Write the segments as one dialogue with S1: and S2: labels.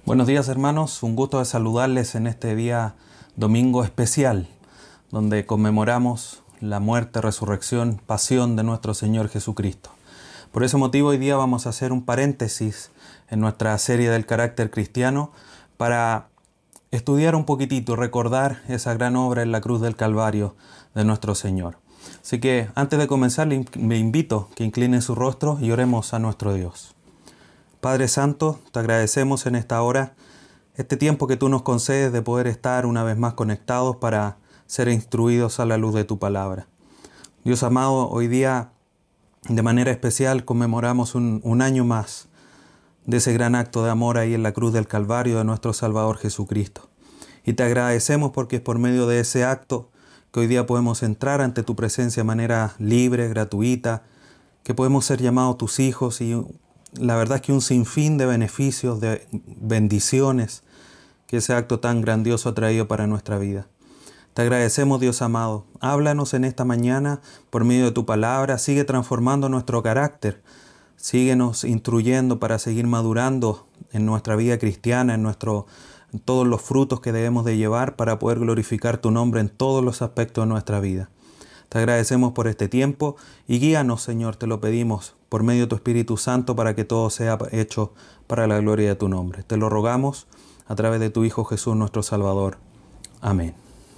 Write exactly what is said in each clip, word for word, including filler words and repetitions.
S1: Buenos días, hermanos, un gusto de saludarles en este día domingo especial, donde conmemoramos la muerte, resurrección, pasión de nuestro Señor Jesucristo. Por ese motivo hoy día vamos a hacer un paréntesis en nuestra serie del carácter cristiano para estudiar un poquitito, recordar esa gran obra en la cruz del Calvario de nuestro Señor. Así que antes de comenzar me invito que inclinen su rostro y oremos a nuestro Dios. Padre Santo, te agradecemos en esta hora este tiempo que tú nos concedes de poder estar una vez más conectados para ser instruidos a la luz de tu palabra. Dios amado, hoy día de manera especial conmemoramos un, un año más de ese gran acto de amor ahí en la cruz del Calvario de nuestro Salvador Jesucristo. Y te agradecemos porque es por medio de ese acto que hoy día podemos entrar ante tu presencia de manera libre, gratuita, que podemos ser llamados tus hijos y la verdad es que un sinfín de beneficios, de bendiciones que ese acto tan grandioso ha traído para nuestra vida. Te agradecemos, Dios amado. Háblanos en esta mañana por medio de tu palabra. Sigue transformando nuestro carácter. Síguenos instruyendo para seguir madurando en nuestra vida cristiana, en, nuestro, en todos los frutos que debemos de llevar para poder glorificar tu nombre en todos los aspectos de nuestra vida. Te agradecemos por este tiempo y guíanos, Señor, te lo pedimos, por medio de tu Espíritu Santo para que todo sea hecho para la gloria de tu nombre. Te lo rogamos a través de tu Hijo Jesús, nuestro Salvador. Amén.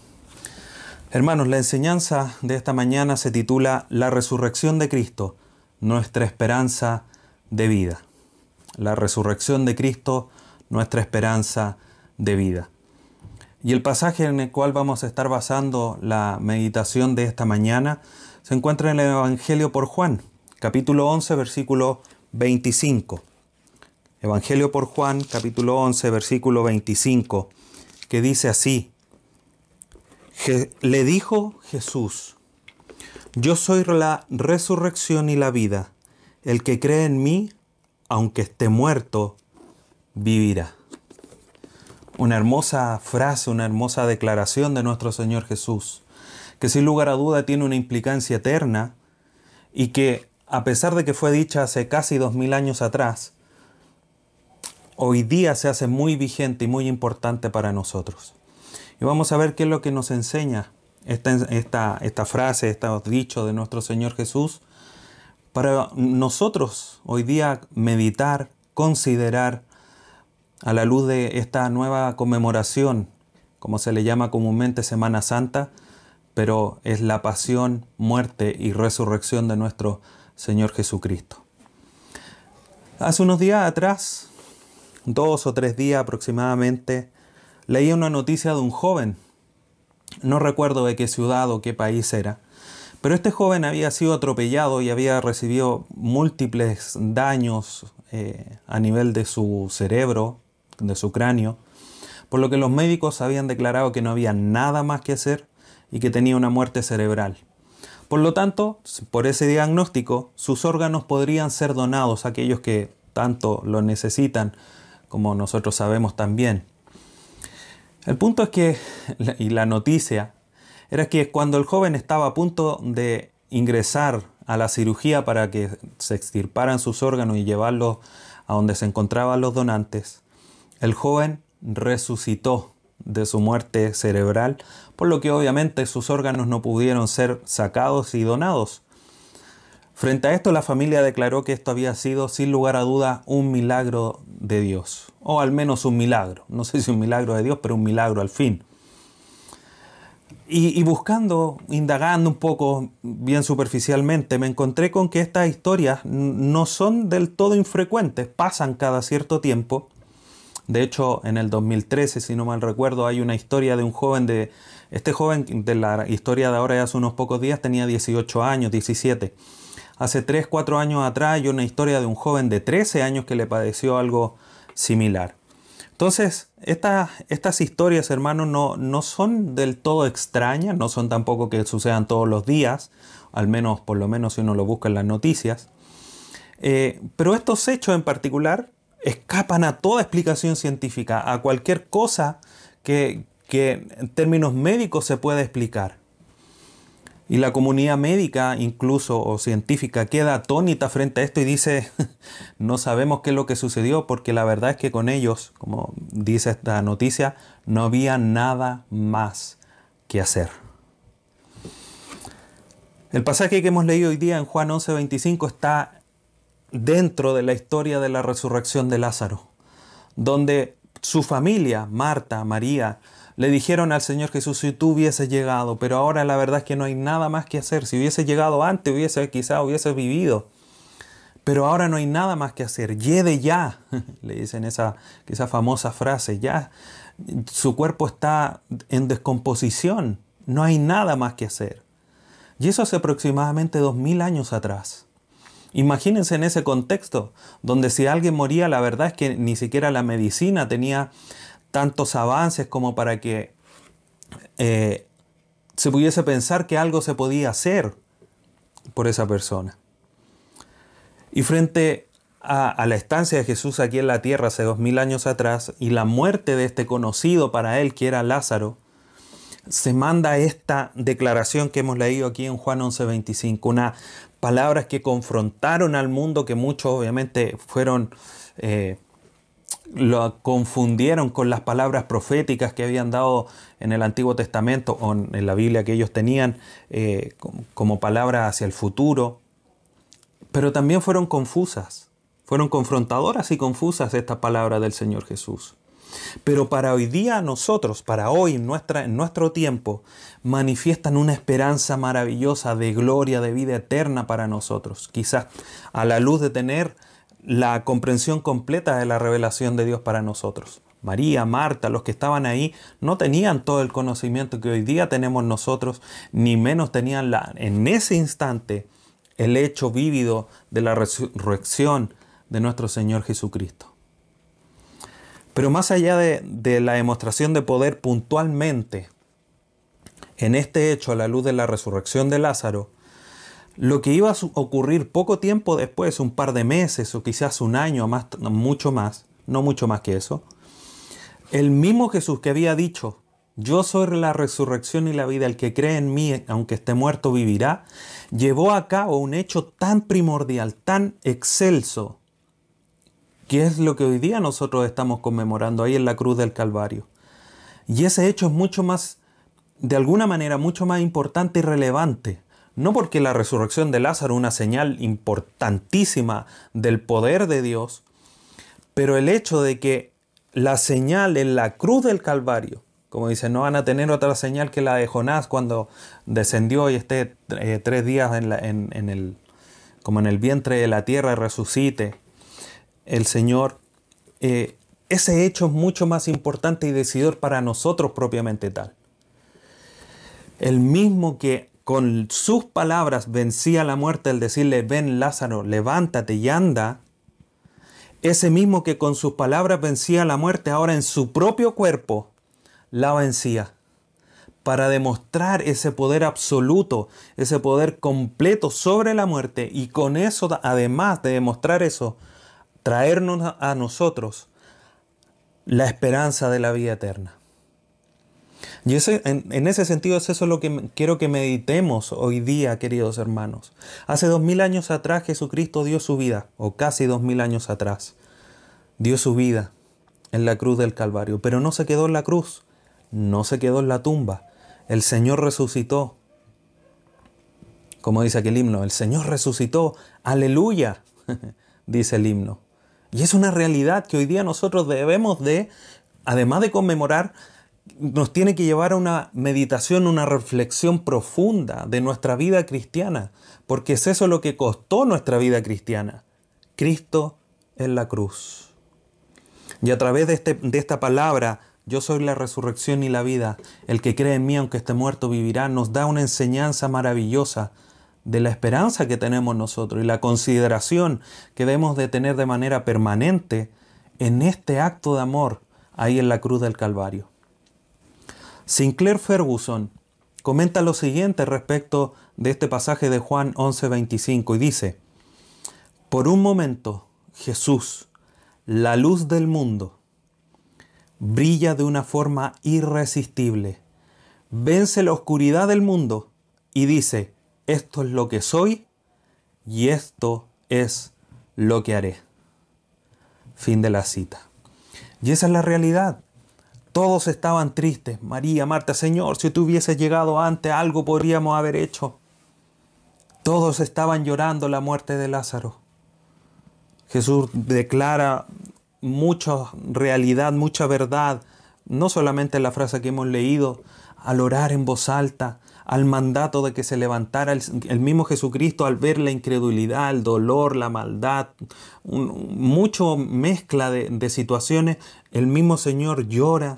S1: Hermanos, la enseñanza de esta mañana se titula La resurrección de Cristo, nuestra esperanza de vida. La resurrección de Cristo, nuestra esperanza de vida. Y el pasaje en el cual vamos a estar basando la meditación de esta mañana se encuentra en el Evangelio por Juan, capítulo once, versículo veinticinco. Evangelio por Juan, capítulo once, versículo veinticinco, que dice así: Le dijo Jesús: Yo soy la resurrección y la vida. El que cree en mí, aunque esté muerto, vivirá. Una hermosa frase, una hermosa declaración de nuestro Señor Jesús, que sin lugar a duda tiene una implicancia eterna y que, a pesar de que fue dicha hace casi dos mil años atrás, hoy día se hace muy vigente y muy importante para nosotros. Y vamos a ver qué es lo que nos enseña esta, esta, esta frase, este dicho de nuestro Señor Jesús, para nosotros hoy día meditar, considerar, a la luz de esta nueva conmemoración, como se le llama comúnmente Semana Santa, pero es la pasión, muerte y resurrección de nuestro Señor Jesucristo. Hace unos días atrás, dos o tres días aproximadamente, leí una noticia de un joven. No recuerdo de qué ciudad o qué país era, pero este joven había sido atropellado y había recibido múltiples daños eh, a nivel de su cerebro, de su cráneo, por lo que los médicos habían declarado que no había nada más que hacer y que tenía una muerte cerebral. Por lo tanto, por ese diagnóstico, sus órganos podrían ser donados a aquellos que tanto lo necesitan, como nosotros sabemos también. El punto es que, y la noticia, era que cuando el joven estaba a punto de ingresar a la cirugía para que se extirparan sus órganos y llevarlos a donde se encontraban los donantes, el joven resucitó de su muerte cerebral, por lo que obviamente sus órganos no pudieron ser sacados y donados. Frente a esto, la familia declaró que esto había sido, sin lugar a duda, un milagro de Dios. O al menos un milagro. No sé si un milagro de Dios, pero un milagro al fin. Y, y buscando, indagando un poco, bien superficialmente, me encontré con que estas historias no son del todo infrecuentes, pasan cada cierto tiempo. De hecho, en el dos mil trece, si no mal recuerdo, hay una historia de un joven de... Este joven de la historia de ahora de hace unos pocos días tenía dieciocho años, diecisiete. Hace tres, cuatro años atrás hay una historia de un joven de trece años que le padeció algo similar. Entonces, esta, estas historias, hermanos, no, no son del todo extrañas, no son tampoco que sucedan todos los días, al menos, por lo menos si uno lo busca en las noticias. Eh, pero estos hechos en particular escapan a toda explicación científica, a cualquier cosa que, que en términos médicos se pueda explicar. Y la comunidad médica, incluso o científica, queda atónita frente a esto y dice, no sabemos qué es lo que sucedió, porque la verdad es que con ellos, como dice esta noticia, no había nada más que hacer. El pasaje que hemos leído hoy día en Juan once veinticinco está dentro de la historia de la resurrección de Lázaro, donde su familia, Marta, María, le dijeron al Señor Jesús, si tú hubieses llegado, pero ahora la verdad es que no hay nada más que hacer. Si hubiese llegado antes, hubiese quizá hubiese vivido, pero ahora no hay nada más que hacer. Lleve ya, le dicen esa, esa famosa frase, ya su cuerpo está en descomposición, no hay nada más que hacer. Y eso hace aproximadamente dos mil años atrás. Imagínense en ese contexto, donde si alguien moría, la verdad es que ni siquiera la medicina tenía tantos avances como para que eh, se pudiese pensar que algo se podía hacer por esa persona. Y frente a, a la estancia de Jesús aquí en la tierra hace dos mil años atrás y la muerte de este conocido para él que era Lázaro, se manda esta declaración que hemos leído aquí en Juan once veinticinco, unas palabras que confrontaron al mundo, que muchos obviamente fueron, eh, lo confundieron con las palabras proféticas que habían dado en el Antiguo Testamento o en la Biblia que ellos tenían eh, como palabras hacia el futuro, pero también fueron confusas, fueron confrontadoras y confusas estas palabras del Señor Jesús. Pero para hoy día nosotros, para hoy, en, nuestra, en nuestro tiempo, manifiestan una esperanza maravillosa de gloria, de vida eterna para nosotros. Quizás a la luz de tener la comprensión completa de la revelación de Dios para nosotros. María, Marta, los que estaban ahí, no tenían todo el conocimiento que hoy día tenemos nosotros, ni menos tenían la, en ese instante el hecho vívido de la resurrección de nuestro Señor Jesucristo. Pero más allá de, de la demostración de poder puntualmente en este hecho a la luz de la resurrección de Lázaro, lo que iba a ocurrir poco tiempo después, un par de meses o quizás un año, más, mucho más, no mucho más que eso, el mismo Jesús que había dicho, yo soy la resurrección y la vida, el que cree en mí, aunque esté muerto, vivirá, llevó a cabo un hecho tan primordial, tan excelso, que es lo que hoy día nosotros estamos conmemorando ahí en la cruz del Calvario. Y ese hecho es mucho más, de alguna manera, mucho más importante y relevante. No porque la resurrección de Lázaro es una señal importantísima del poder de Dios, pero el hecho de que la señal en la cruz del Calvario, como dice, no van a tener otra señal que la de Jonás cuando descendió y esté eh, tres días en la, en, en el, como en el vientre de la tierra y resucite el Señor, eh, ese hecho es mucho más importante y decidor para nosotros propiamente tal. El mismo que con sus palabras vencía la muerte al decirle, ven Lázaro, levántate y anda, ese mismo que con sus palabras vencía la muerte, ahora en su propio cuerpo la vencía, para demostrar ese poder absoluto, ese poder completo sobre la muerte, y con eso, además de demostrar eso, traernos a nosotros la esperanza de la vida eterna. Y ese, en, en ese sentido es eso lo que quiero que meditemos hoy día, queridos hermanos. Hace dos mil años atrás Jesucristo dio su vida, o casi dos mil años atrás, dio su vida en la cruz del Calvario. Pero no se quedó en la cruz, no se quedó en la tumba. El Señor resucitó. Como dice aquel himno, el Señor resucitó. ¡Aleluya! Dice el himno. Y es una realidad que hoy día nosotros debemos de, además de conmemorar, nos tiene que llevar a una meditación, una reflexión profunda de nuestra vida cristiana, porque es eso lo que costó nuestra vida cristiana. Cristo en la cruz. Y a través de, este, de esta palabra, yo soy la resurrección y la vida, el que cree en mí aunque esté muerto vivirá, nos da una enseñanza maravillosa de la esperanza que tenemos nosotros y la consideración que debemos de tener de manera permanente en este acto de amor ahí en la cruz del Calvario. Sinclair Ferguson comenta lo siguiente respecto de este pasaje de Juan once veinticinco y dice, por un momento Jesús, la luz del mundo, brilla de una forma irresistible, vence la oscuridad del mundo y dice, esto es lo que soy y esto es lo que haré. Fin de la cita. Y esa es la realidad. Todos estaban tristes. María, Marta, Señor, si tú hubieses llegado antes, algo podríamos haber hecho. Todos estaban llorando la muerte de Lázaro. Jesús declara mucha realidad, mucha verdad, no solamente en la frase que hemos leído, al orar en voz alta, al mandato de que se levantara el, el mismo Jesucristo al ver la incredulidad, el dolor, la maldad, un, mucho mezcla de, de situaciones, el mismo Señor llora.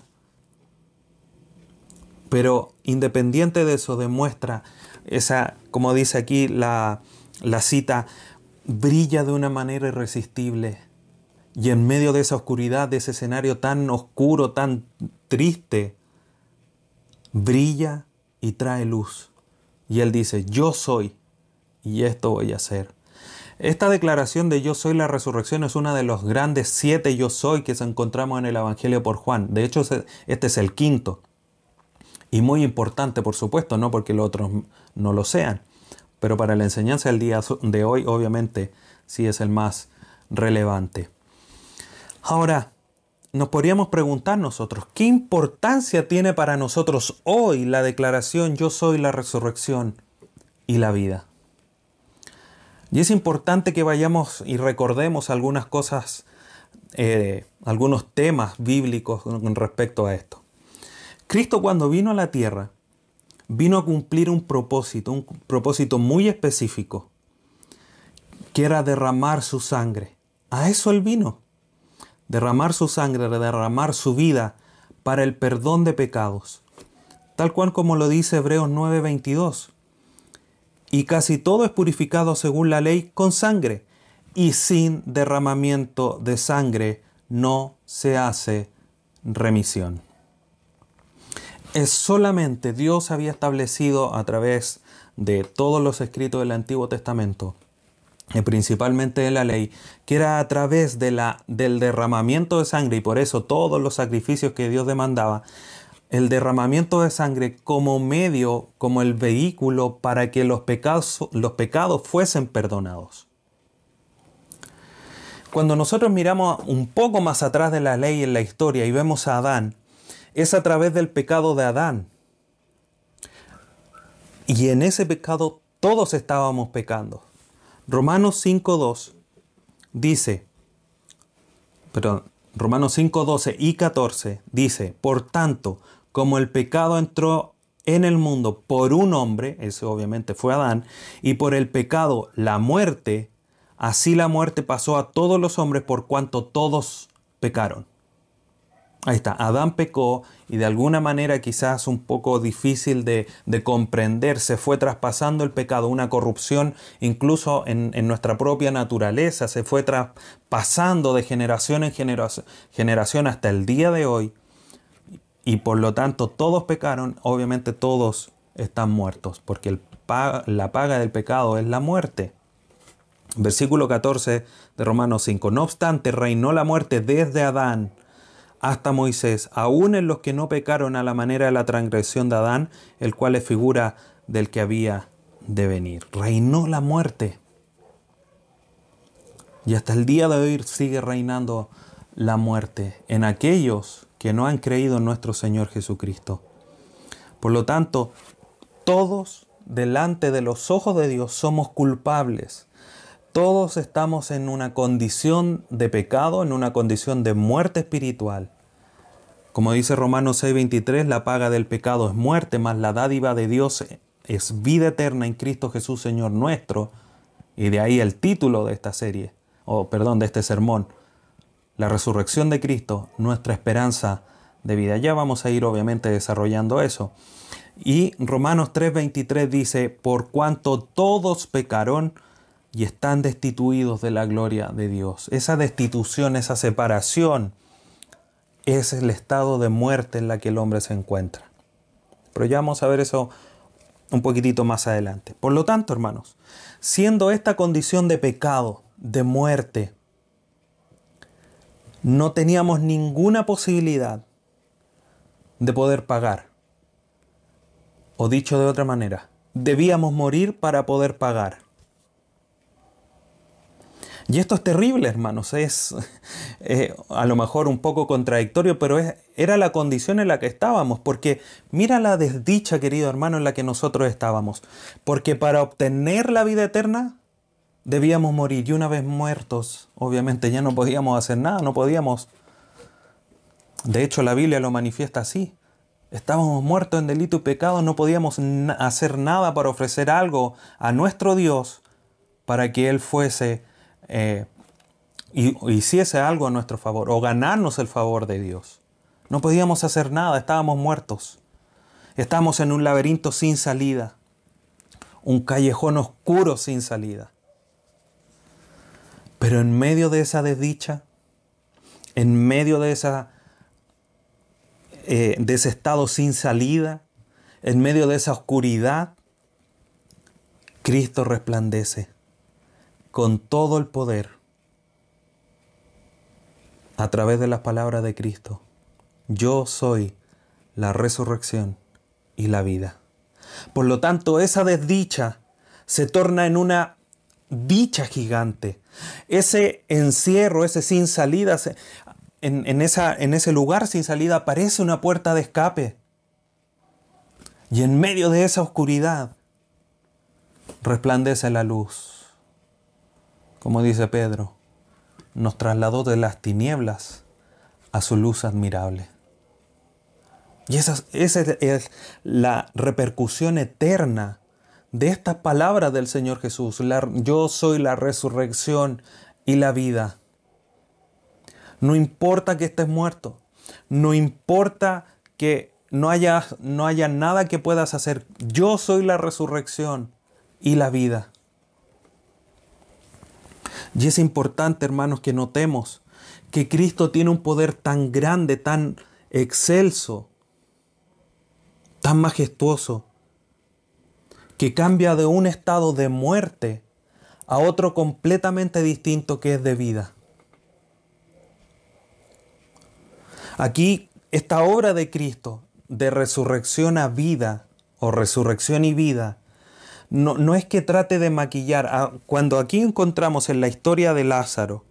S1: Pero independiente de eso demuestra esa, como dice aquí la, la cita, brilla de una manera irresistible. Y en medio de esa oscuridad, de ese escenario tan oscuro, tan triste, brilla y trae luz. Y Él dice, yo soy, y esto voy a hacer. Esta declaración de yo soy la resurrección es una de los grandes siete yo soy que encontramos en el Evangelio por Juan. De hecho, este es el quinto. Y muy importante, por supuesto, no porque los otros no lo sean. Pero para la enseñanza del día de hoy, obviamente, sí es el más relevante. Ahora, nos podríamos preguntar nosotros, ¿qué importancia tiene para nosotros hoy la declaración yo soy la resurrección y la vida? Y es importante que vayamos y recordemos algunas cosas, eh, algunos temas bíblicos con respecto a esto. Cristo cuando vino a la tierra, vino a cumplir un propósito, un propósito muy específico, que era derramar su sangre. A eso Él vino. Derramar su sangre, derramar su vida para el perdón de pecados. Tal cual como lo dice Hebreos nueve veintidós. Y casi todo es purificado según la ley con sangre. Y sin derramamiento de sangre no se hace remisión. Es solamente Dios había establecido a través de todos los escritos del Antiguo Testamento, y principalmente de la ley, que era a través de la, del derramamiento de sangre, y por eso todos los sacrificios que Dios demandaba, el derramamiento de sangre como medio, como el vehículo para que los pecados, los pecados fuesen perdonados. Cuando nosotros miramos un poco más atrás de la ley en la historia y vemos a Adán, es a través del pecado de Adán. Y en ese pecado todos estábamos pecando. Romanos cinco dos dice, perdón, Romanos cinco doce y catorce dice, por tanto, como el pecado entró en el mundo por un hombre, ese obviamente fue Adán, y por el pecado la muerte, así la muerte pasó a todos los hombres por cuanto todos pecaron. Ahí está, Adán pecó y de alguna manera quizás un poco difícil de, de comprender, se fue traspasando el pecado, una corrupción incluso en, en nuestra propia naturaleza, se fue traspasando de generación en generación, generación hasta el día de hoy y por lo tanto todos pecaron, obviamente todos están muertos porque el, la paga del pecado es la muerte. Versículo catorce de Romanos cinco, no obstante reinó la muerte desde Adán hasta Moisés, aún en los que no pecaron a la manera de la transgresión de Adán, el cual es figura del que había de venir. Reinó la muerte. Y hasta el día de hoy sigue reinando la muerte en aquellos que no han creído en nuestro Señor Jesucristo. Por lo tanto, todos delante de los ojos de Dios somos culpables. Todos estamos en una condición de pecado, en una condición de muerte espiritual. Como dice Romanos seis veintitrés, la paga del pecado es muerte, mas la dádiva de Dios es vida eterna en Cristo Jesús, Señor nuestro. Y de ahí el título de esta serie, o perdón, de este sermón. La resurrección de Cristo, nuestra esperanza de vida. Ya vamos a ir obviamente desarrollando eso. Y Romanos tres veintitrés dice, por cuanto todos pecaron y están destituidos de la gloria de Dios. Esa destitución, esa separación, es el estado de muerte en la que el hombre se encuentra. Pero ya vamos a ver eso un poquitito más adelante. Por lo tanto, hermanos, siendo esta condición de pecado, de muerte, no teníamos ninguna posibilidad de poder pagar. O dicho de otra manera, debíamos morir para poder pagar. Y esto es terrible, hermanos, es eh, a lo mejor un poco contradictorio, pero es, era la condición en la que estábamos, porque mira la desdicha, querido hermano, en la que nosotros estábamos, porque para obtener la vida eterna debíamos morir, y una vez muertos, obviamente ya no podíamos hacer nada, no podíamos. De hecho, la Biblia lo manifiesta así. Estábamos muertos en delito y pecado, no podíamos na- hacer nada para ofrecer algo a nuestro Dios para que Él fuese eh, y hiciese algo a nuestro favor o ganarnos el favor de Dios. No podíamos hacer nada, estábamos muertos. Estábamos en un laberinto sin salida, un callejón oscuro sin salida. Pero en medio de esa desdicha, en medio de esa Eh, de ese estado sin salida, en medio de esa oscuridad, Cristo resplandece con todo el poder a través de las palabras de Cristo. Yo soy la resurrección y la vida. Por lo tanto, esa desdicha se torna en una dicha gigante. Ese encierro, ese sin salida, se, En, en, esa, en ese lugar sin salida aparece una puerta de escape. Y en medio de esa oscuridad resplandece la luz. Como dice Pedro, nos trasladó de las tinieblas a su luz admirable. Y esa, esa es la repercusión eterna de estas palabras del Señor Jesús. La, yo soy la resurrección y la vida. No importa que estés muerto. No importa que no haya, no haya nada que puedas hacer. Yo soy la resurrección y la vida. Y es importante, hermanos, que notemos que Cristo tiene un poder tan grande, tan excelso, tan majestuoso, que cambia de un estado de muerte a otro completamente distinto, que es de vida. Aquí, esta obra de Cristo, de resurrección a vida, o resurrección y vida, no, no es que trate de maquillar. Cuando aquí encontramos en la historia de Lázaro,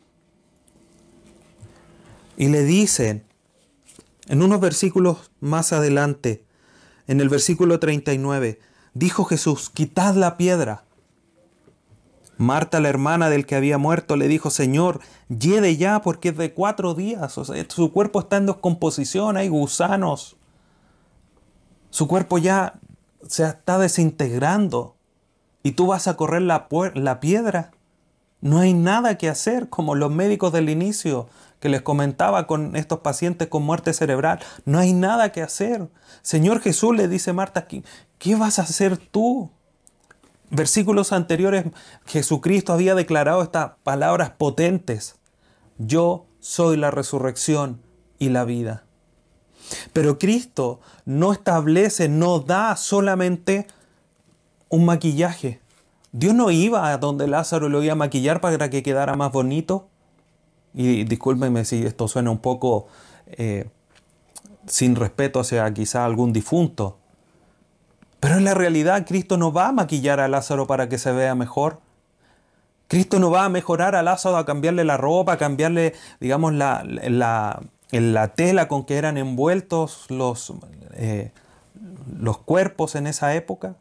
S1: y le dicen, en unos versículos más adelante, en el versículo treinta y nueve, dijo Jesús, quitad la piedra. Marta, la hermana del que había muerto, le dijo, Señor, hiede ya porque es de cuatro días. O sea, su cuerpo está en descomposición, hay gusanos. Su cuerpo ya se está desintegrando. Y tú vas a correr la, la piedra. No hay nada que hacer, como los médicos del inicio que les comentaba con estos pacientes con muerte cerebral. No hay nada que hacer. Señor Jesús, le dice Marta, ¿qué, qué vas a hacer tú? Versículos anteriores, Jesucristo había declarado estas palabras potentes. Yo soy la resurrección y la vida. Pero Cristo no establece, no da solamente un maquillaje. Dios no iba a donde Lázaro lo iba a maquillar para que quedara más bonito. Y discúlpenme si esto suena un poco eh, sin respeto hacia quizá algún difunto. Pero en la realidad Cristo no va a maquillar a Lázaro para que se vea mejor. Cristo no va a mejorar a Lázaro, a cambiarle la ropa, a cambiarle, digamos, la, la, la tela con que eran envueltos los, eh, los cuerpos en esa época.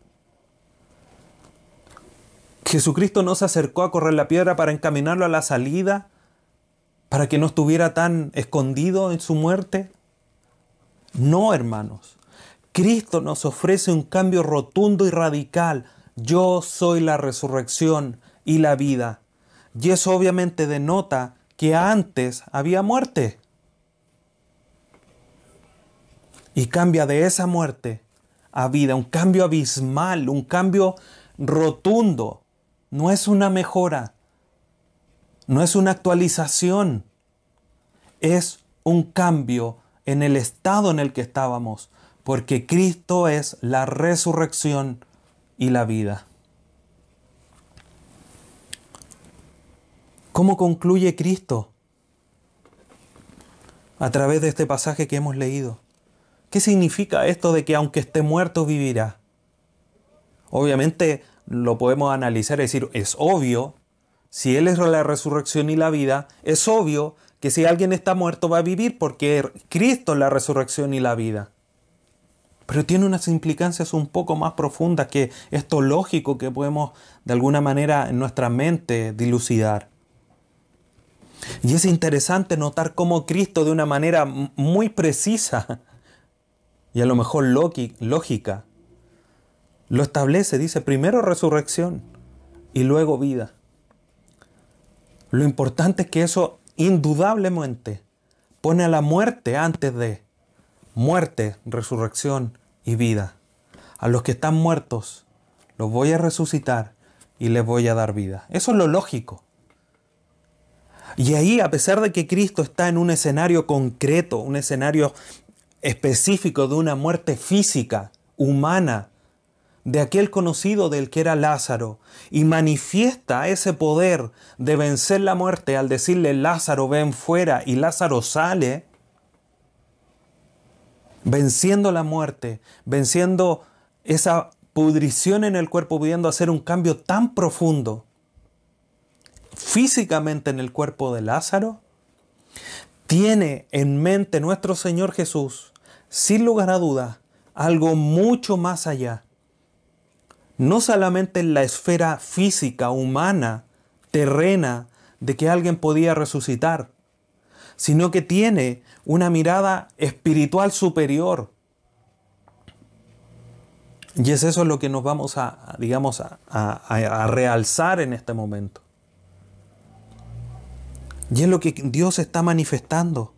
S1: Jesucristo no se acercó a correr la piedra para encaminarlo a la salida, para que no estuviera tan escondido en su muerte. No, hermanos. Cristo nos ofrece un cambio rotundo y radical. Yo soy la resurrección y la vida. Y eso obviamente denota que antes había muerte. Y cambia de esa muerte a vida. Un cambio abismal, un cambio rotundo. No es una mejora. No es una actualización. Es un cambio en el estado en el que estábamos. Porque Cristo es la resurrección y la vida. ¿Cómo concluye Cristo? A través de este pasaje que hemos leído. ¿Qué significa esto de que aunque esté muerto vivirá? Obviamente lo podemos analizar y decir, es obvio, si Él es la resurrección y la vida, es obvio que si alguien está muerto va a vivir porque Cristo es la resurrección y la vida. Pero tiene unas implicancias un poco más profundas que esto lógico que podemos de alguna manera en nuestra mente dilucidar. Y es interesante notar cómo Cristo de una manera muy precisa y a lo mejor lógica lo establece. Dice primero resurrección y luego vida. Lo importante es que eso indudablemente pone a la muerte antes de muerte, resurrección y vida. A los que están muertos los voy a resucitar y les voy a dar vida. Eso es lo lógico. Y ahí, a pesar de que Cristo está en un escenario concreto, un escenario específico de una muerte física, humana, de aquel conocido del que era Lázaro, y manifiesta ese poder de vencer la muerte al decirle Lázaro ven fuera y Lázaro sale, venciendo la muerte, venciendo esa pudrición en el cuerpo, pudiendo hacer un cambio tan profundo físicamente en el cuerpo de Lázaro, tiene en mente nuestro Señor Jesús, sin lugar a dudas, algo mucho más allá. No solamente en la esfera física, humana, terrena, de que alguien podía resucitar, sino que tiene una mirada espiritual superior. Y es eso lo que nos vamos a, digamos, a, a, a realzar en este momento. Y es lo que Dios está manifestando.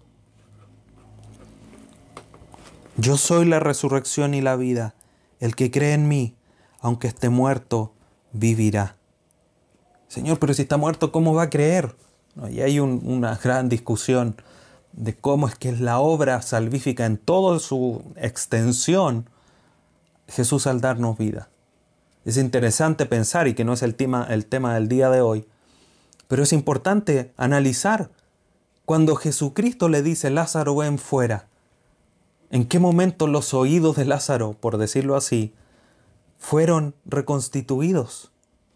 S1: Yo soy la resurrección y la vida. El que cree en mí, aunque esté muerto, vivirá. Señor, pero si está muerto, ¿cómo va a creer? No, y hay un, una gran discusión de cómo es que es la obra salvífica en toda su extensión, Jesús al darnos vida. Es interesante pensar, y que no es el tema, el tema del día de hoy, pero es importante analizar cuando Jesucristo le dice, Lázaro, ven fuera. ¿En qué momento los oídos de Lázaro, por decirlo así, fueron reconstituidos?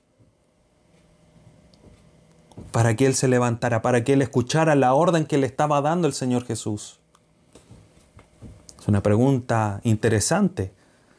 S1: Para que él se levantara, para que él escuchara la orden que le estaba dando el Señor Jesús. Es una pregunta interesante.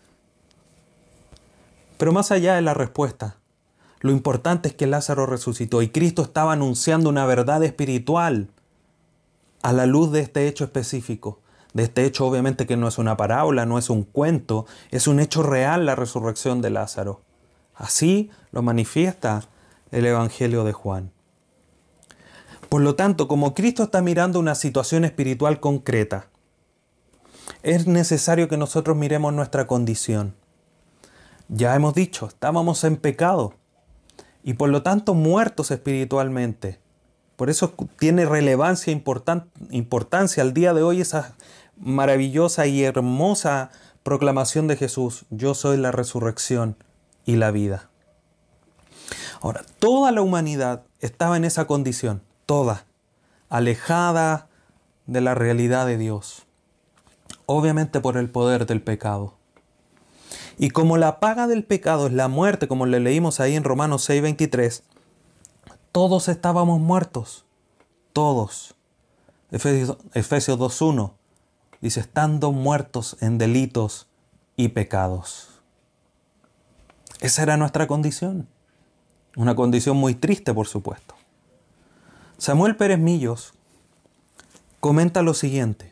S1: Pero más allá de la respuesta, lo importante es que Lázaro resucitó y Cristo estaba anunciando una verdad espiritual a la luz de este hecho específico. De este hecho, obviamente, que no es una parábola, no es un cuento, es un hecho real la resurrección de Lázaro. Así lo manifiesta el Evangelio de Juan. Por lo tanto, como Cristo está mirando una situación espiritual concreta, es necesario que nosotros miremos nuestra condición. Ya hemos dicho, estábamos en pecado y por lo tanto muertos espiritualmente. Por eso tiene relevancia, importan- importancia al día de hoy esa maravillosa y hermosa proclamación de Jesús. Yo soy la resurrección y la vida. Ahora, toda la humanidad estaba en esa condición, toda, alejada de la realidad de Dios. Obviamente por el poder del pecado. Y como la paga del pecado es la muerte, como le leímos ahí en Romanos seis veintitrés, todos estábamos muertos. Todos. Efesios, Efesios dos uno dice, estando muertos en delitos y pecados. Esa era nuestra condición. Una condición muy triste, por supuesto. Samuel Pérez Millos comenta lo siguiente.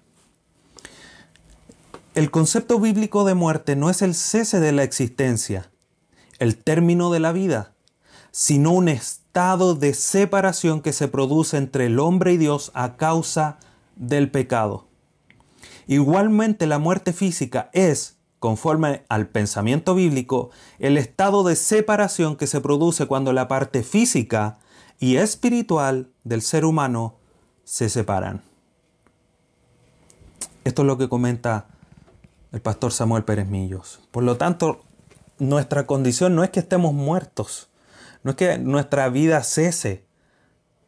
S1: El concepto bíblico de muerte no es el cese de la existencia, el término de la vida, sino un estado de separación que se produce entre el hombre y Dios a causa del pecado. Igualmente, la muerte física es, conforme al pensamiento bíblico, el estado de separación que se produce cuando la parte física y espiritual del ser humano se separan. Esto es lo que comenta el pastor Samuel Pérez Millos. Por lo tanto, nuestra condición no es que estemos muertos, no es que nuestra vida cese.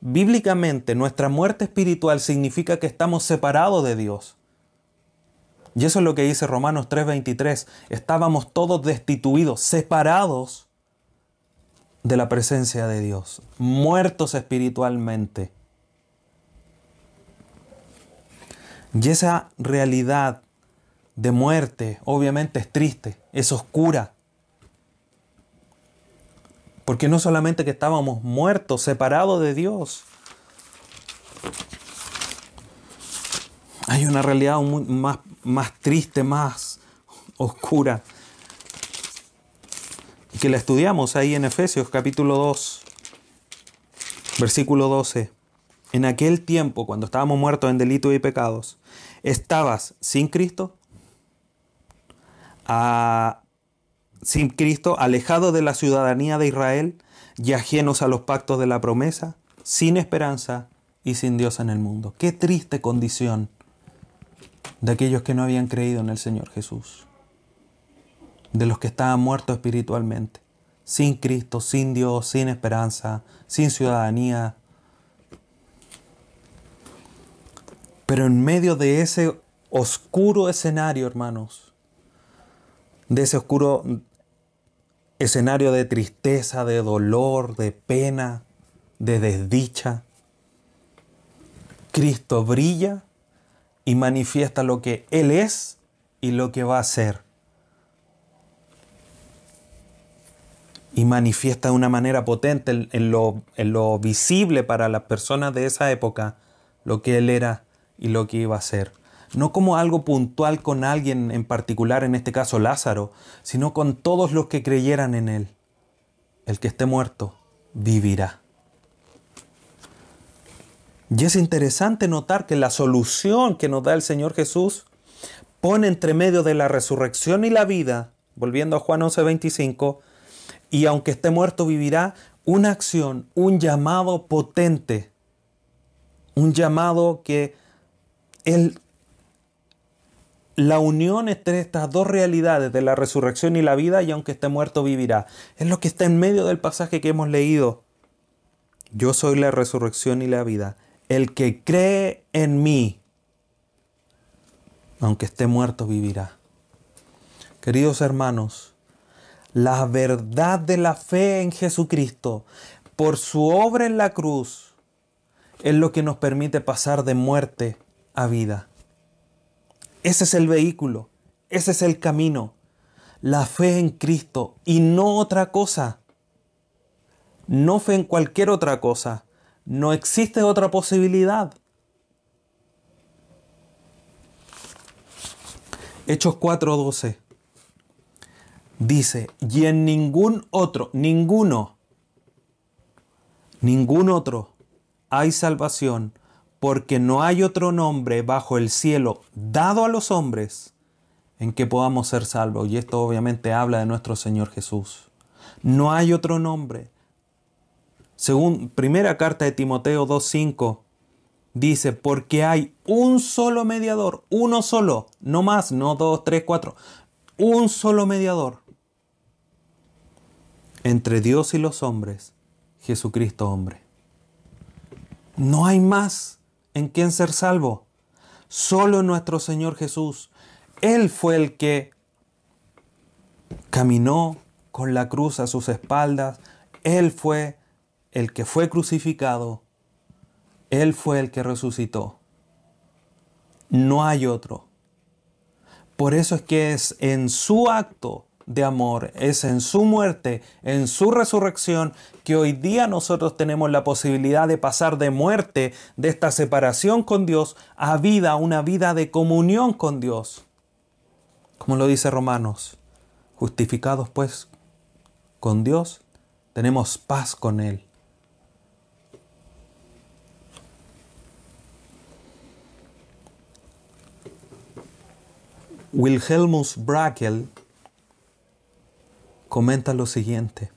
S1: Bíblicamente, nuestra muerte espiritual significa que estamos separados de Dios. Y eso es lo que dice Romanos tres veintitrés. Estábamos todos destituidos, separados de la presencia de Dios, muertos espiritualmente. Y esa realidad de muerte obviamente es triste, es oscura. Porque no solamente que estábamos muertos, separados de Dios, hay una realidad más, más triste, más oscura, que la estudiamos ahí en Efesios capítulo dos, versículo doce. En aquel tiempo, cuando estábamos muertos en delitos y pecados, estabas sin Cristo, a, sin Cristo, alejados de la ciudadanía de Israel y ajenos a los pactos de la promesa, sin esperanza y sin Dios en el mundo. Qué triste condición de aquellos que no habían creído en el Señor Jesús, de los que estaban muertos espiritualmente, sin Cristo, sin Dios, sin esperanza, sin ciudadanía. Pero en medio de ese oscuro escenario, hermanos, de ese oscuro escenario de tristeza, de dolor, de pena, de desdicha, Cristo brilla y manifiesta lo que Él es y lo que va a ser. Y manifiesta de una manera potente en, en, lo, en lo visible para las personas de esa época lo que Él era y lo que iba a ser. No como algo puntual con alguien en particular, en este caso Lázaro, sino con todos los que creyeran en Él. El que esté muerto vivirá. Y es interesante notar que la solución que nos da el Señor Jesús pone entre medio de la resurrección y la vida, volviendo a Juan once veinticinco, y aunque esté muerto vivirá, una acción, un llamado potente, un llamado que Él, la unión entre estas dos realidades de la resurrección y la vida, y aunque esté muerto vivirá. Es lo que está en medio del pasaje que hemos leído. Yo soy la resurrección y la vida. El que cree en mí, aunque esté muerto vivirá. Queridos hermanos, la verdad de la fe en Jesucristo, por su obra en la cruz, es lo que nos permite pasar de muerte a vida. Ese es el vehículo, ese es el camino, la fe en Cristo y no otra cosa. No fe en cualquier otra cosa, no existe otra posibilidad. Hechos cuatro doce dice, y en ningún otro, ninguno, ningún otro hay salvación, porque no hay otro nombre bajo el cielo dado a los hombres en que podamos ser salvos. Y esto obviamente habla de nuestro Señor Jesús. No hay otro nombre. Según primera carta de Timoteo dos cinco, dice, porque hay un solo mediador, uno solo, no más, no dos, tres, cuatro, un solo mediador entre Dios y los hombres, Jesucristo hombre. No hay más en quien ser salvo, solo nuestro Señor Jesús. Él fue el que caminó con la cruz a sus espaldas, Él fue el que fue crucificado, Él fue el que resucitó. No hay otro. Por eso es que es en su acto de amor, es en su muerte, en su resurrección, que hoy día nosotros tenemos la posibilidad de pasar de muerte, de esta separación con Dios, a vida, una vida de comunión con Dios. Como lo dice Romanos, justificados pues con Dios, tenemos paz con Él. Wilhelmus Brackel comenta lo siguiente: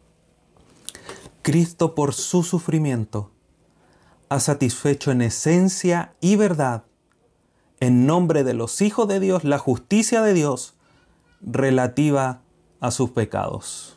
S1: Cristo por su sufrimiento ha satisfecho en esencia y verdad, en nombre de los hijos de Dios, la justicia de Dios relativa a sus pecados.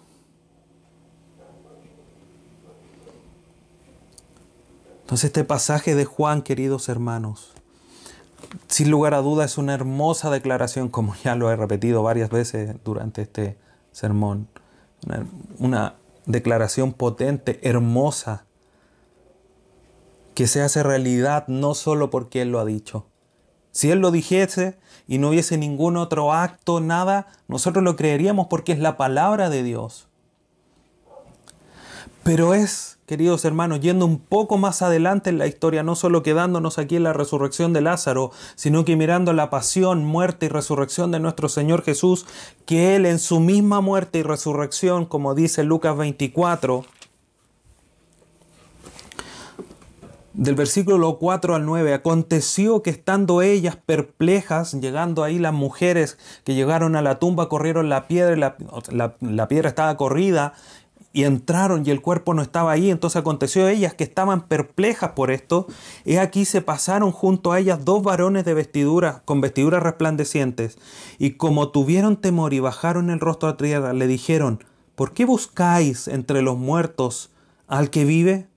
S1: Entonces este pasaje de Juan, queridos hermanos, Sin lugar a duda es una hermosa declaración, como ya lo he repetido varias veces durante este sermón. Una, una declaración potente, hermosa, que se hace realidad no solo porque Él lo ha dicho. Si Él lo dijese y no hubiese ningún otro acto, nada, nosotros lo creeríamos porque es la palabra de Dios. Pero es, queridos hermanos, yendo un poco más adelante en la historia, no solo quedándonos aquí en la resurrección de Lázaro, sino que mirando la pasión, muerte y resurrección de nuestro Señor Jesús, que Él en su misma muerte y resurrección, como dice Lucas veinticuatro, del versículo cuatro al nueve, aconteció que estando ellas perplejas, llegando ahí las mujeres que llegaron a la tumba, corrieron la piedra, la, la, la piedra estaba corrida, y entraron y el cuerpo no estaba ahí. Entonces aconteció a ellas que estaban perplejas por esto. He aquí se pasaron junto a ellas dos varones de vestiduras, con vestiduras resplandecientes. Y como tuvieron temor y bajaron el rostro a tierra, le dijeron: ¿por qué buscáis entre los muertos al que vive?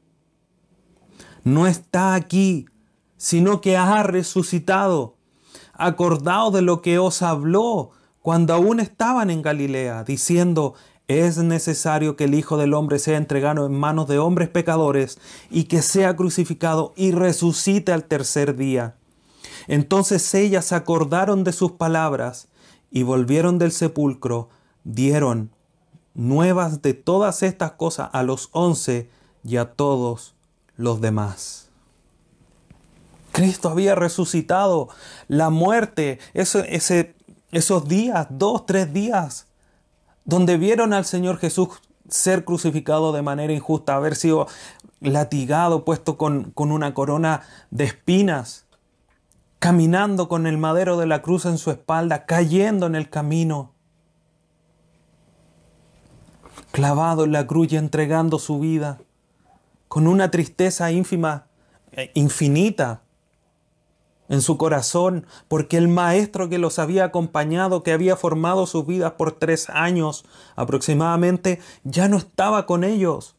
S1: No está aquí, sino que ha resucitado. Acordaos de lo que os habló cuando aún estaban en Galilea, diciendo: es necesario que el Hijo del Hombre sea entregado en manos de hombres pecadores y que sea crucificado y resucite al tercer día. Entonces ellas se acordaron de sus palabras y volvieron del sepulcro, dieron nuevas de todas estas cosas a los once y a todos los demás. Cristo había resucitado. La muerte, ese, ese, esos días, dos, tres días, donde vieron al Señor Jesús ser crucificado de manera injusta, haber sido latigado, puesto con, con una corona de espinas, caminando con el madero de la cruz en su espalda, cayendo en el camino, clavado en la cruz y entregando su vida, con una tristeza ínfima, eh, infinita, en su corazón, porque el maestro que los había acompañado, que había formado sus vidas por tres años aproximadamente, ya no estaba con ellos.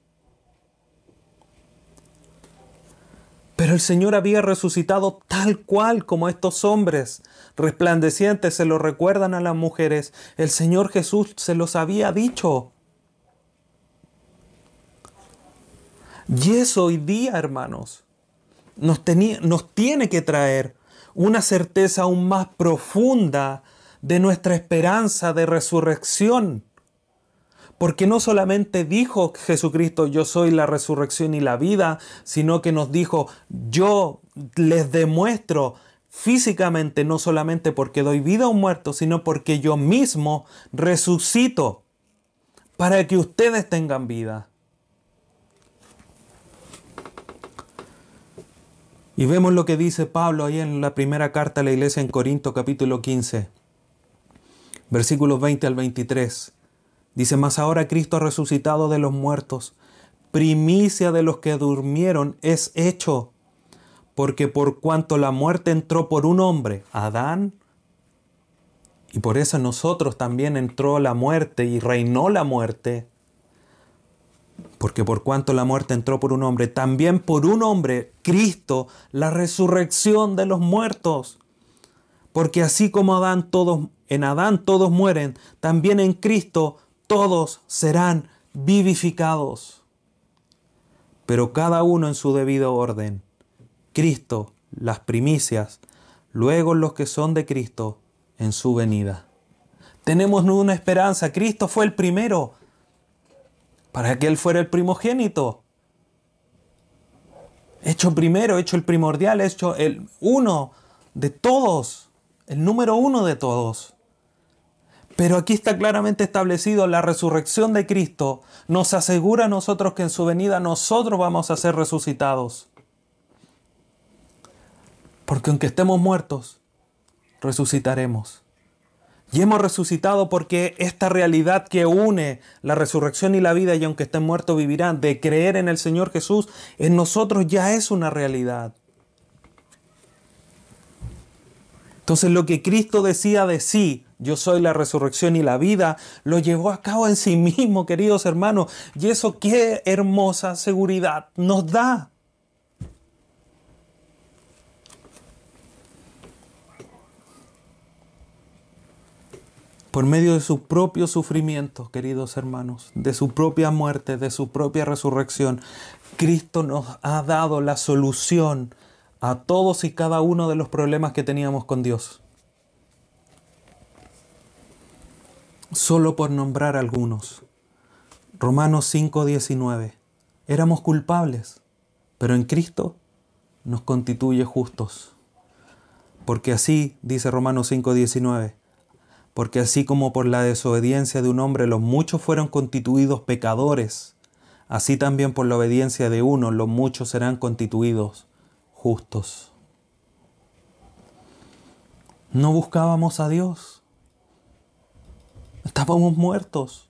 S1: Pero el Señor había resucitado tal cual como estos hombres resplandecientes se lo recuerdan a las mujeres. El Señor Jesús se los había dicho. Y eso hoy día, hermanos, Nos, tenía, nos tiene que traer una certeza aún más profunda de nuestra esperanza de resurrección. Porque no solamente dijo Jesucristo: yo soy la resurrección y la vida, sino que nos dijo: yo les demuestro físicamente, no solamente porque doy vida a un muerto, sino porque yo mismo resucito para que ustedes tengan vida. Y vemos lo que dice Pablo ahí en la primera carta a la iglesia en Corinto, capítulo quince, versículos veinte al veintitrés. Dice: mas ahora Cristo ha resucitado de los muertos, primicia de los que durmieron es hecho, porque por cuanto la muerte entró por un hombre, Adán, y por eso en nosotros también entró la muerte y reinó la muerte, porque por cuanto la muerte entró por un hombre, también por un hombre, Cristo, la resurrección de los muertos. Porque así como Adán todos, en Adán todos mueren, también en Cristo todos serán vivificados. Pero cada uno en su debido orden. Cristo, las primicias, luego los que son de Cristo en su venida. Tenemos una esperanza. Cristo fue el primero, para que Él fuera el primogénito. Hecho primero, hecho el primordial, hecho el uno de todos, el número uno de todos. Pero aquí está claramente establecido: la resurrección de Cristo nos asegura a nosotros que en su venida nosotros vamos a ser resucitados. Porque aunque estemos muertos, resucitaremos. Y hemos resucitado porque esta realidad que une la resurrección y la vida, y aunque estén muertos vivirán, de creer en el Señor Jesús, en nosotros ya es una realidad. Entonces lo que Cristo decía de sí, yo soy la resurrección y la vida, lo llevó a cabo en sí mismo, queridos hermanos. Y eso qué hermosa seguridad nos da. Por medio de su propio sufrimiento, queridos hermanos, de su propia muerte, de su propia resurrección, Cristo nos ha dado la solución a todos y cada uno de los problemas que teníamos con Dios. Solo por nombrar algunos. Romanos cinco diecinueve. Éramos culpables, pero en Cristo nos constituye justos. Porque así, dice Romanos cinco diecinueve, porque así como por la desobediencia de un hombre los muchos fueron constituidos pecadores, así también por la obediencia de uno los muchos serán constituidos justos. No buscábamos a Dios. Estábamos muertos.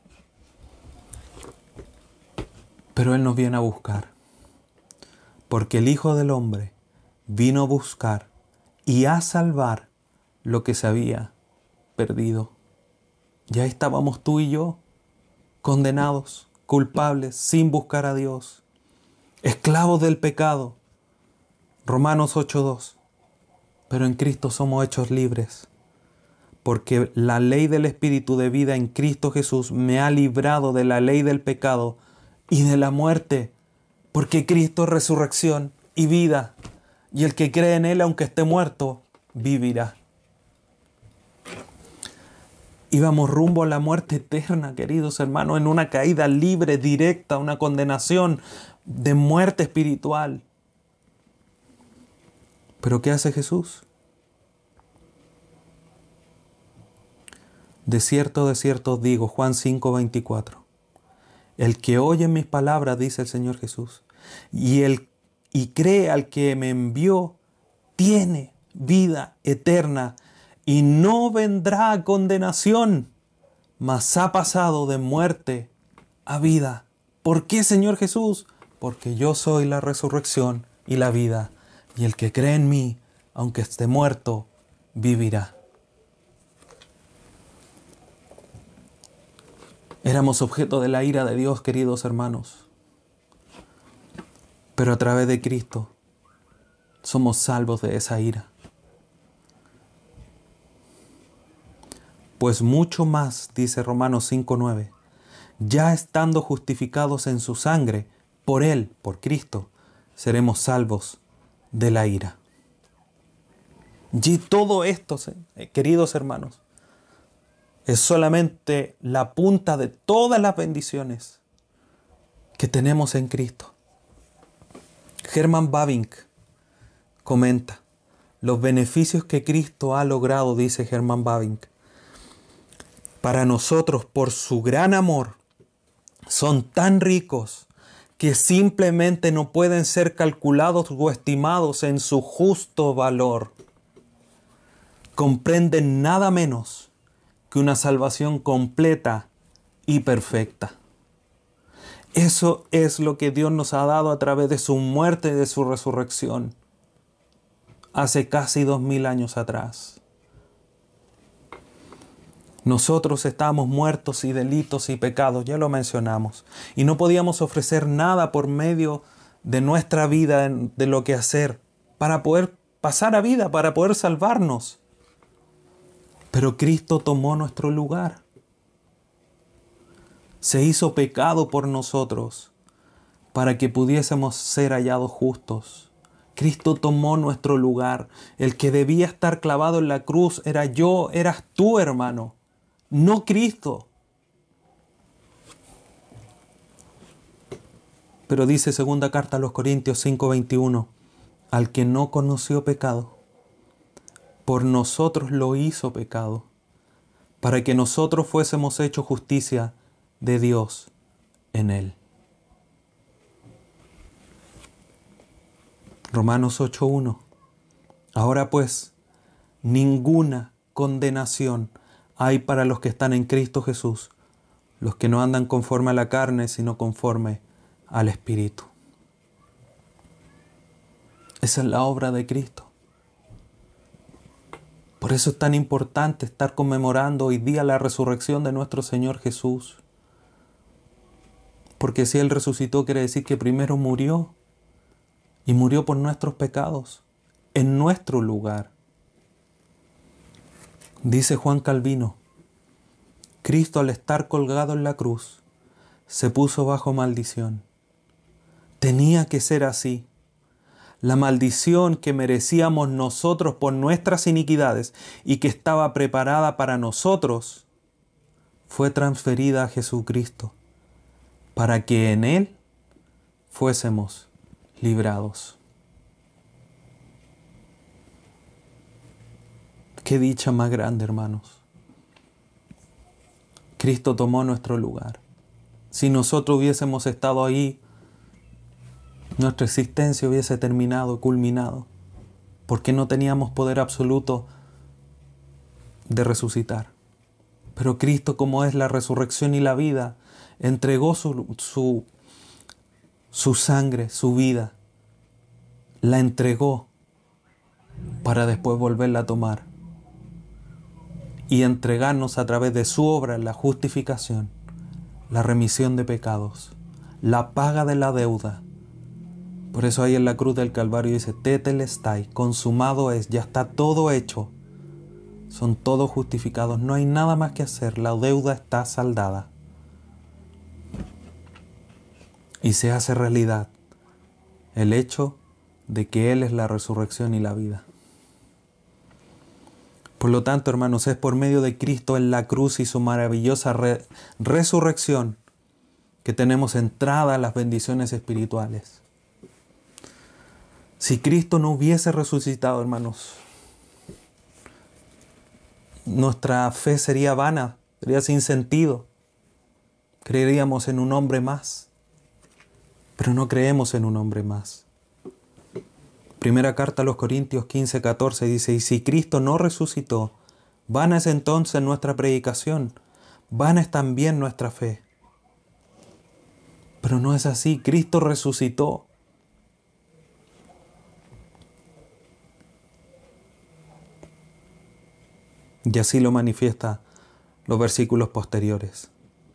S1: Pero Él nos viene a buscar. Porque el Hijo del Hombre vino a buscar y a salvar lo que se había perdido. Ya estábamos tú y yo, condenados, culpables, sin buscar a Dios, esclavos del pecado. Romanos ocho dos. Pero en Cristo somos hechos libres, porque la ley del Espíritu de vida en Cristo Jesús me ha librado de la ley del pecado y de la muerte, porque Cristo es resurrección y vida, y el que cree en Él, aunque esté muerto, vivirá. Íbamos rumbo a la muerte eterna, queridos hermanos, en una caída libre, directa, una condenación de muerte espiritual. ¿Pero qué hace Jesús? De cierto, de cierto os digo, Juan cinco veinticuatro. El que oye mis palabras, dice el Señor Jesús, y, el, y cree al que me envió, tiene vida eterna y no vendrá a condenación, mas ha pasado de muerte a vida. ¿Por qué, Señor Jesús? Porque yo soy la resurrección y la vida, y el que cree en mí, aunque esté muerto, vivirá. Éramos objeto de la ira de Dios, queridos hermanos, pero a través de Cristo somos salvos de esa ira. Pues mucho más, dice Romanos cinco nueve, ya estando justificados en su sangre, por Él, por Cristo, seremos salvos de la ira. Y todo esto, queridos hermanos, es solamente la punta de todas las bendiciones que tenemos en Cristo. Herman Bavinck comenta los beneficios que Cristo ha logrado, dice Herman Bavinck, para nosotros por su gran amor son tan ricos que simplemente no pueden ser calculados o estimados en su justo valor. Comprenden nada menos que una salvación completa y perfecta. Eso es lo que Dios nos ha dado a través de su muerte y de su resurrección hace casi dos mil años atrás. Nosotros estábamos muertos y delitos y pecados, ya lo mencionamos, y no podíamos ofrecer nada por medio de nuestra vida, de lo que hacer, para poder pasar a vida, para poder salvarnos. Pero Cristo tomó nuestro lugar. Se hizo pecado por nosotros para que pudiésemos ser hallados justos. Cristo tomó nuestro lugar. El que debía estar clavado en la cruz era yo, eras tú, hermano, no Cristo. Pero dice segunda carta a los Corintios cinco veintiuno, al que no conoció pecado, por nosotros lo hizo pecado, para que nosotros fuésemos hechos justicia de Dios en Él. Romanos ocho uno. Ahora pues, ninguna condenación hay para los que están en Cristo Jesús, los que no andan conforme a la carne, sino conforme al Espíritu. Esa es la obra de Cristo. Por eso es tan importante estar conmemorando hoy día la resurrección de nuestro Señor Jesús. Porque si Él resucitó, quiere decir que primero murió. Y murió por nuestros pecados, en nuestro lugar. Dice Juan Calvino, Cristo, al estar colgado en la cruz, se puso bajo maldición. Tenía que ser así. La maldición que merecíamos nosotros por nuestras iniquidades y que estaba preparada para nosotros, fue transferida a Jesucristo, para que en Él fuésemos librados. Qué dicha más grande, hermanos. Cristo tomó nuestro lugar. Si nosotros hubiésemos estado ahí, nuestra existencia hubiese terminado, culminado, porque no teníamos poder absoluto de resucitar. Pero Cristo, como es la resurrección y la vida, entregó su, su, su sangre, su vida, la entregó para después volverla a tomar y entregarnos a través de su obra la justificación, la remisión de pecados, la paga de la deuda. Por eso ahí en la cruz del Calvario dice, tetelestai, consumado es, ya está todo hecho. Son todos justificados, no hay nada más que hacer, la deuda está saldada. Y se hace realidad el hecho de que Él es la resurrección y la vida. Por lo tanto, hermanos, es por medio de Cristo en la cruz y su maravillosa re- resurrección que tenemos entrada a las bendiciones espirituales. Si Cristo no hubiese resucitado, hermanos, nuestra fe sería vana, sería sin sentido. Creeríamos en un hombre más, pero no creemos en un hombre más. Primera carta a los Corintios quince, catorce dice, y si Cristo no resucitó, vana es entonces nuestra predicación, vana es también nuestra fe. Pero no es así, Cristo resucitó. Y así lo manifiesta los versículos posteriores.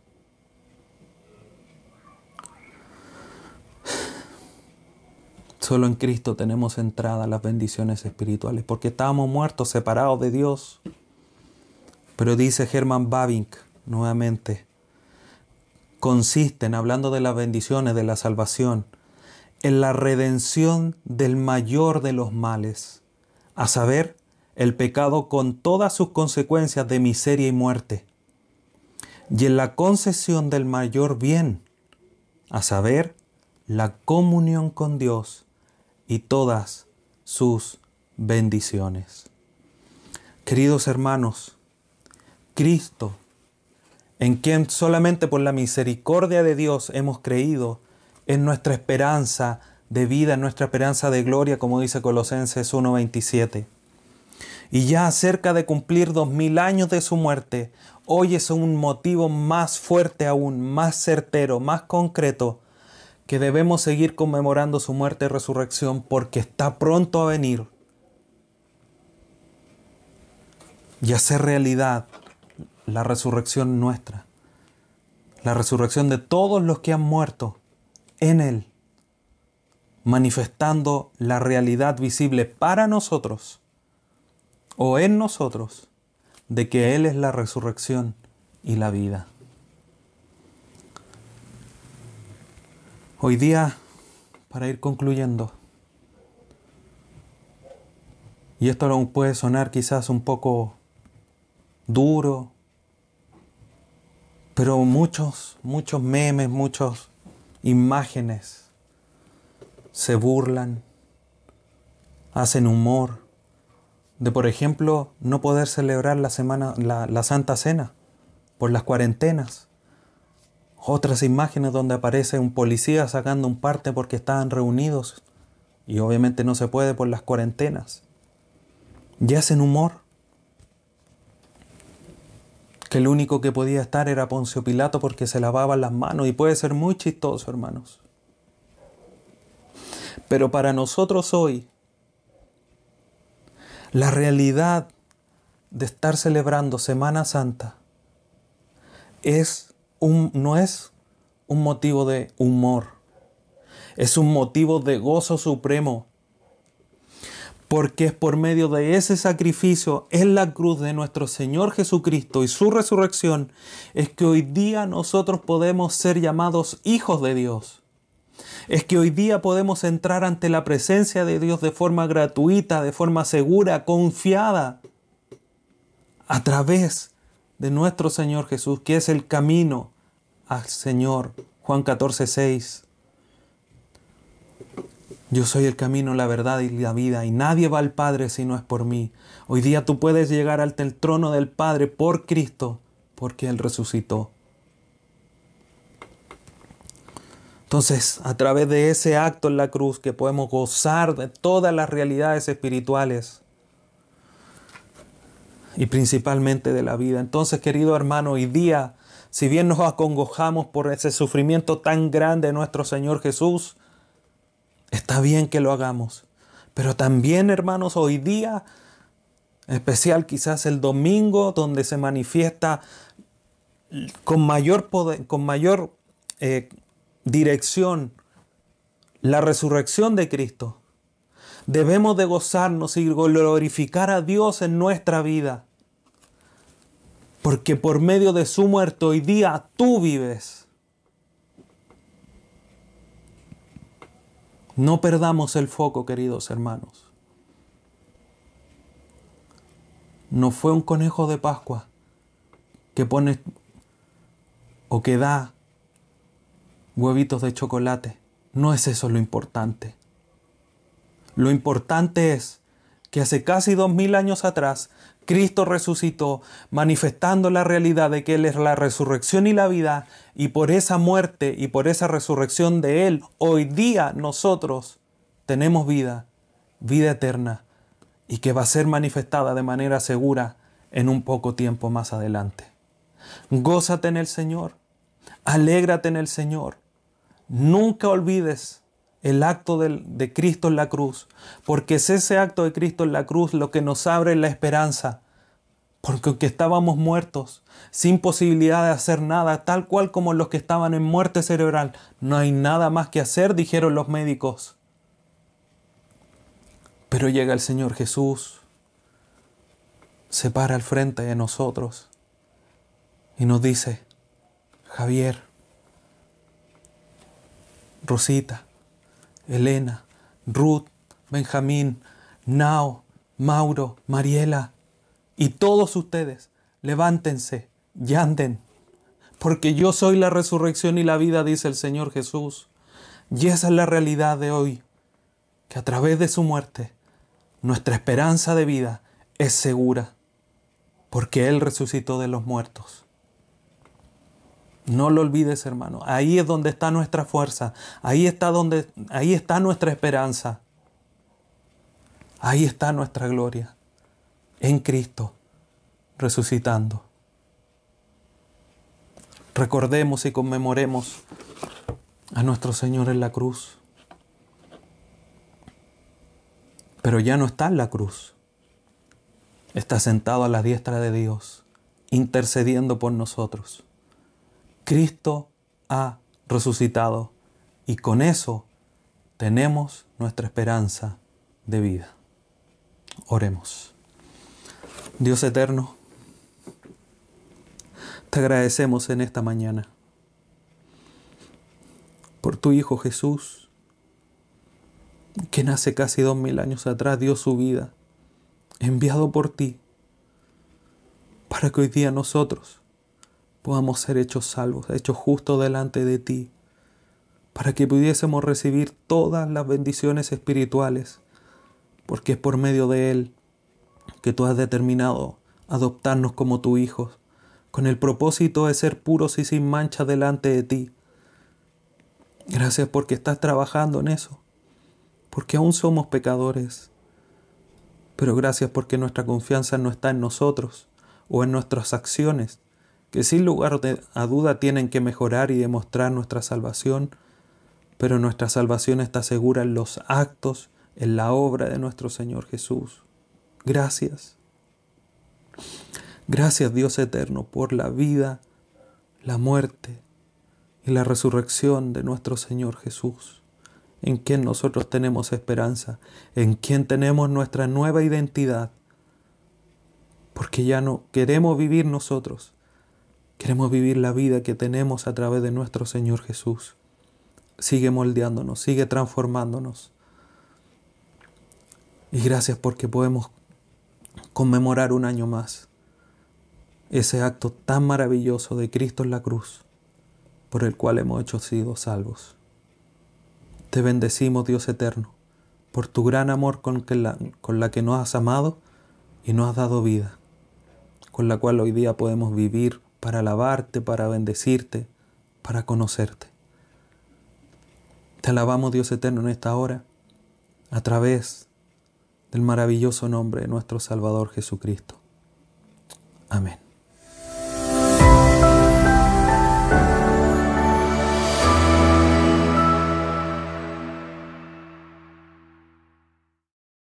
S1: Solo en Cristo tenemos entrada a las bendiciones espirituales, porque estábamos muertos, separados de Dios. Pero dice Herman Bavinck nuevamente, consisten, hablando de las bendiciones, de la salvación, en la redención del mayor de los males, a saber, el pecado con todas sus consecuencias de miseria y muerte, y en la concesión del mayor bien, a saber, la comunión con Dios y todas sus bendiciones. Queridos hermanos, Cristo, en quien solamente por la misericordia de Dios hemos creído, es nuestra esperanza de vida, nuestra esperanza de gloria, como dice Colosenses uno veintisiete. Y ya cerca de cumplir dos mil años de su muerte, hoy es un motivo más fuerte aún, más certero, más concreto, que debemos seguir conmemorando su muerte y resurrección porque está pronto a venir y hacer realidad la resurrección nuestra, la resurrección de todos los que han muerto en Él, manifestando la realidad visible para nosotros o en nosotros de que Él es la resurrección y la vida. Hoy día, para ir concluyendo, y esto aún puede sonar quizás un poco duro, pero muchos, muchos memes, muchas imágenes se burlan, hacen humor de, por ejemplo, no poder celebrar la semana, la, la Santa Cena por las cuarentenas. Otras imágenes donde aparece un policía sacando un parte porque estaban reunidos y obviamente no se puede por las cuarentenas. Y hacen humor. Que el único que podía estar era Poncio Pilato porque se lavaban las manos, y puede ser muy chistoso, hermanos. Pero para nosotros hoy, la realidad de estar celebrando Semana Santa es un, no es un motivo de humor, es un motivo de gozo supremo. Porque es por medio de ese sacrificio en la cruz de nuestro Señor Jesucristo y su resurrección, es que hoy día nosotros podemos ser llamados hijos de Dios. Es que hoy día podemos entrar ante la presencia de Dios de forma gratuita, de forma segura, confiada, a través de nuestro Señor Jesús, que es el camino al Señor. Juan catorce, seis. Yo soy el camino, la verdad y la vida, y nadie va al Padre si no es por mí. Hoy día tú puedes llegar ante el trono del Padre por Cristo, porque Él resucitó. Entonces, a través de ese acto en la cruz, que podemos gozar de todas las realidades espirituales y principalmente de la vida. Entonces, querido hermano, hoy día, si bien nos acongojamos por ese sufrimiento tan grande de nuestro Señor Jesús, está bien que lo hagamos. Pero también, hermanos, hoy día, en especial quizás el domingo, donde se manifiesta con mayor poder, con mayor eh, dirección la resurrección de Cristo, debemos de gozarnos y glorificar a Dios en nuestra vida. Porque por medio de su muerte hoy día tú vives. No perdamos el foco, queridos hermanos. No fue un conejo de Pascua que pone o que da huevitos de chocolate. No es eso lo importante. Lo importante es que hace casi dos mil años atrás, Cristo resucitó, manifestando la realidad de que Él es la resurrección y la vida, y por esa muerte y por esa resurrección de Él, hoy día nosotros tenemos vida, vida eterna, y que va a ser manifestada de manera segura en un poco tiempo más adelante. Gózate en el Señor, alégrate en el Señor. Nunca olvides el acto de, de Cristo en la cruz, porque es ese acto de Cristo en la cruz lo que nos abre la esperanza, porque aunque estábamos muertos, sin posibilidad de hacer nada, tal cual como los que estaban en muerte cerebral, no hay nada más que hacer, dijeron los médicos. Pero llega el Señor Jesús, se para al frente de nosotros y nos dice: Javier, Rosita, Elena, Ruth, Benjamín, Nao, Mauro, Mariela y todos ustedes, levántense y anden, porque yo soy la resurrección y la vida, dice el Señor Jesús. Y esa es la realidad de hoy, que a través de su muerte, nuestra esperanza de vida es segura, porque Él resucitó de los muertos. No lo olvides, hermano. Ahí es donde está nuestra fuerza. Ahí está, donde, ahí está nuestra esperanza. Ahí está nuestra gloria. En Cristo, resucitando. Recordemos y conmemoremos a nuestro Señor en la cruz. Pero ya no está en la cruz. Está sentado a la diestra de Dios, intercediendo por nosotros. Cristo ha resucitado y con eso tenemos nuestra esperanza de vida. Oremos. Dios eterno, te agradecemos en esta mañana por tu Hijo Jesús, que nace casi dos mil años atrás, dio su vida, enviado por ti, para que hoy día nosotros podamos ser hechos salvos, hechos justos delante de ti, para que pudiésemos recibir todas las bendiciones espirituales, porque es por medio de Él que tú has determinado adoptarnos como tus hijos, con el propósito de ser puros y sin mancha delante de ti. Gracias porque estás trabajando en eso, porque aún somos pecadores, pero gracias porque nuestra confianza no está en nosotros o en nuestras acciones, que sin lugar a duda tienen que mejorar y demostrar nuestra salvación, pero nuestra salvación está segura en los actos, en la obra de nuestro Señor Jesús. Gracias. Gracias, Dios eterno, por la vida, la muerte y la resurrección de nuestro Señor Jesús. en quien nosotros tenemos esperanza, en quien tenemos nuestra nueva identidad. Porque ya no queremos vivir nosotros, queremos vivir la vida que tenemos a través de nuestro Señor Jesús. Sigue moldeándonos, sigue transformándonos. Y gracias porque podemos conmemorar un año más ese acto tan maravilloso de Cristo en la cruz, por el cual hemos hecho sido salvos. Te bendecimos, Dios eterno, por tu gran amor con, que la, con la que nos has amado y nos has dado vida, con la cual hoy día podemos vivir para alabarte, para bendecirte, para conocerte. Te alabamos, Dios eterno, en esta hora, a través del maravilloso nombre de nuestro Salvador Jesucristo. Amén.